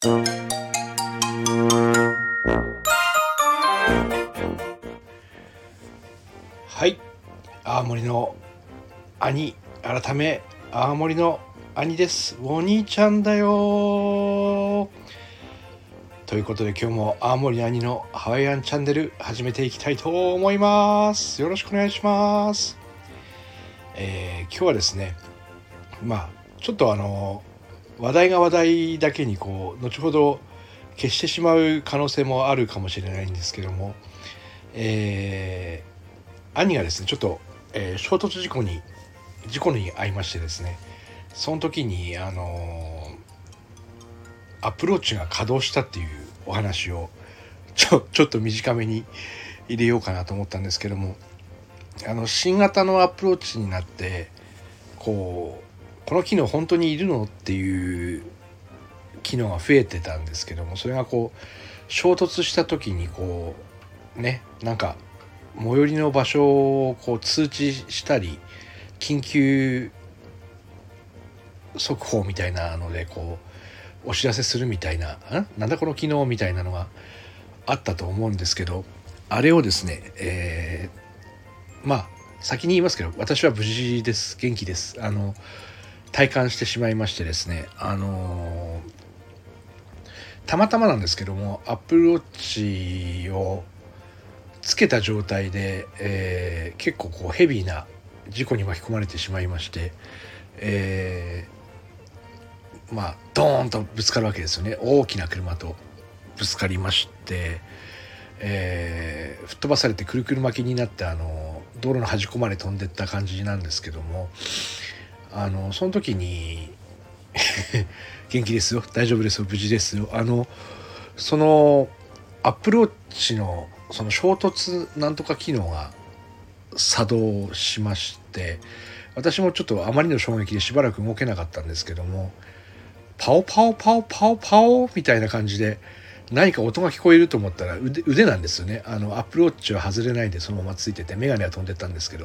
はい、青森の兄、改め青森の兄です。お兄ちゃんだよということで、今日も青森の兄のハワイアンチャンネル始めていきたいと思います。よろしくお願いします。今日はですね、ちょっと話題が話題だけに後ほど消してしまう可能性もあるかもしれないんですけども、兄がですねちょっと、衝突事故に遭いましてですね、その時にアプローチが稼働したっていうお話をちょっと短めに入れようかなと思ったんですけども、新型のアプローチになってこの機能本当にいるのっていう機能が増えてたんですけども、それが衝突した時になんか最寄りの場所を通知したり、緊急速報みたいなのでお知らせするみたいな、なんだこの機能みたいなのがあったと思うんですけど、あれをですね、先に言いますけど、私は無事です。元気です。体感してしまいましてですね、たまたまなんですけども、アップルウォッチをつけた状態で、結構ヘビーな事故に巻き込まれてしまいまして、ドーンとぶつかるわけですよね。大きな車とぶつかりまして、吹っ飛ばされてくるくる巻きになって道路の端っこまで飛んでった感じなんですけども、その時に元気ですよ、大丈夫ですよ、無事ですよ。そのアップルウォッチのその衝突なんとか機能が作動しまして、私もちょっとあまりの衝撃でしばらく動けなかったんですけども、パオパオパオパオパオみたいな感じで何か音が聞こえると思ったら腕なんですよね。アップルウォッチは外れないでそのままついてて、メガネは飛んでったんですけど、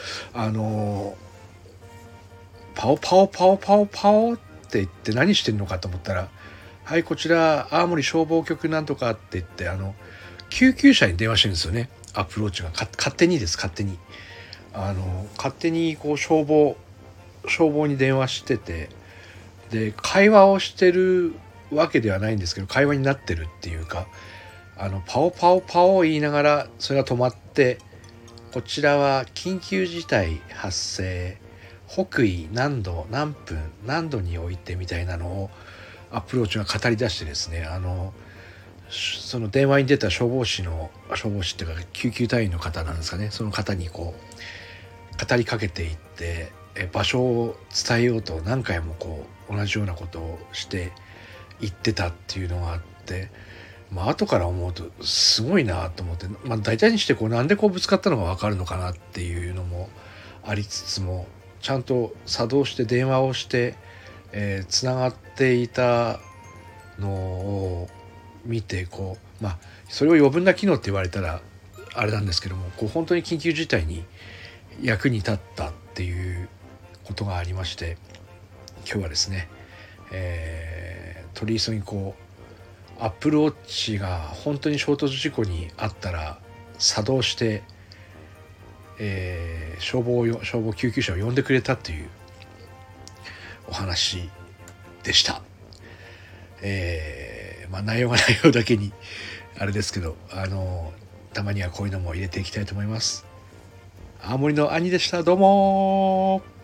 パオパオパオパオパオって言って何してんのかと思ったら、はい、こちら青森消防局なんとかって言って救急車に電話してるんですよね。アップルウォッチが勝手に勝手に消防に電話してて、で会話をしてるわけではないんですけど、会話になってるっていうか、パオパオパオ言いながらそれが止まって、こちらは緊急事態発生、北緯何度何分何度においてみたいなのをアプローチが語り出してですね、その電話に出た消防士っていうか救急隊員の方なんですかね、その方に語りかけていって、場所を伝えようと何回も同じようなことをして言ってたっていうのがあって、後から思うとすごいなと思って、大体にしてなんでぶつかったのが分かるのかなっていうのもありつつも、ちゃんと作動して電話をしてつながっていたのを見て、それを余分な機能って言われたらあれなんですけども、本当に緊急事態に役に立ったっていうことがありまして、今日はですね、取り急ぎアップルウォッチが本当に衝突事故にあったら作動して、消防救急車を呼んでくれたっていうお話でした。内容が内容だけにあれですけど、たまにはこういうのも入れていきたいと思います。青森の兄でした。どうも。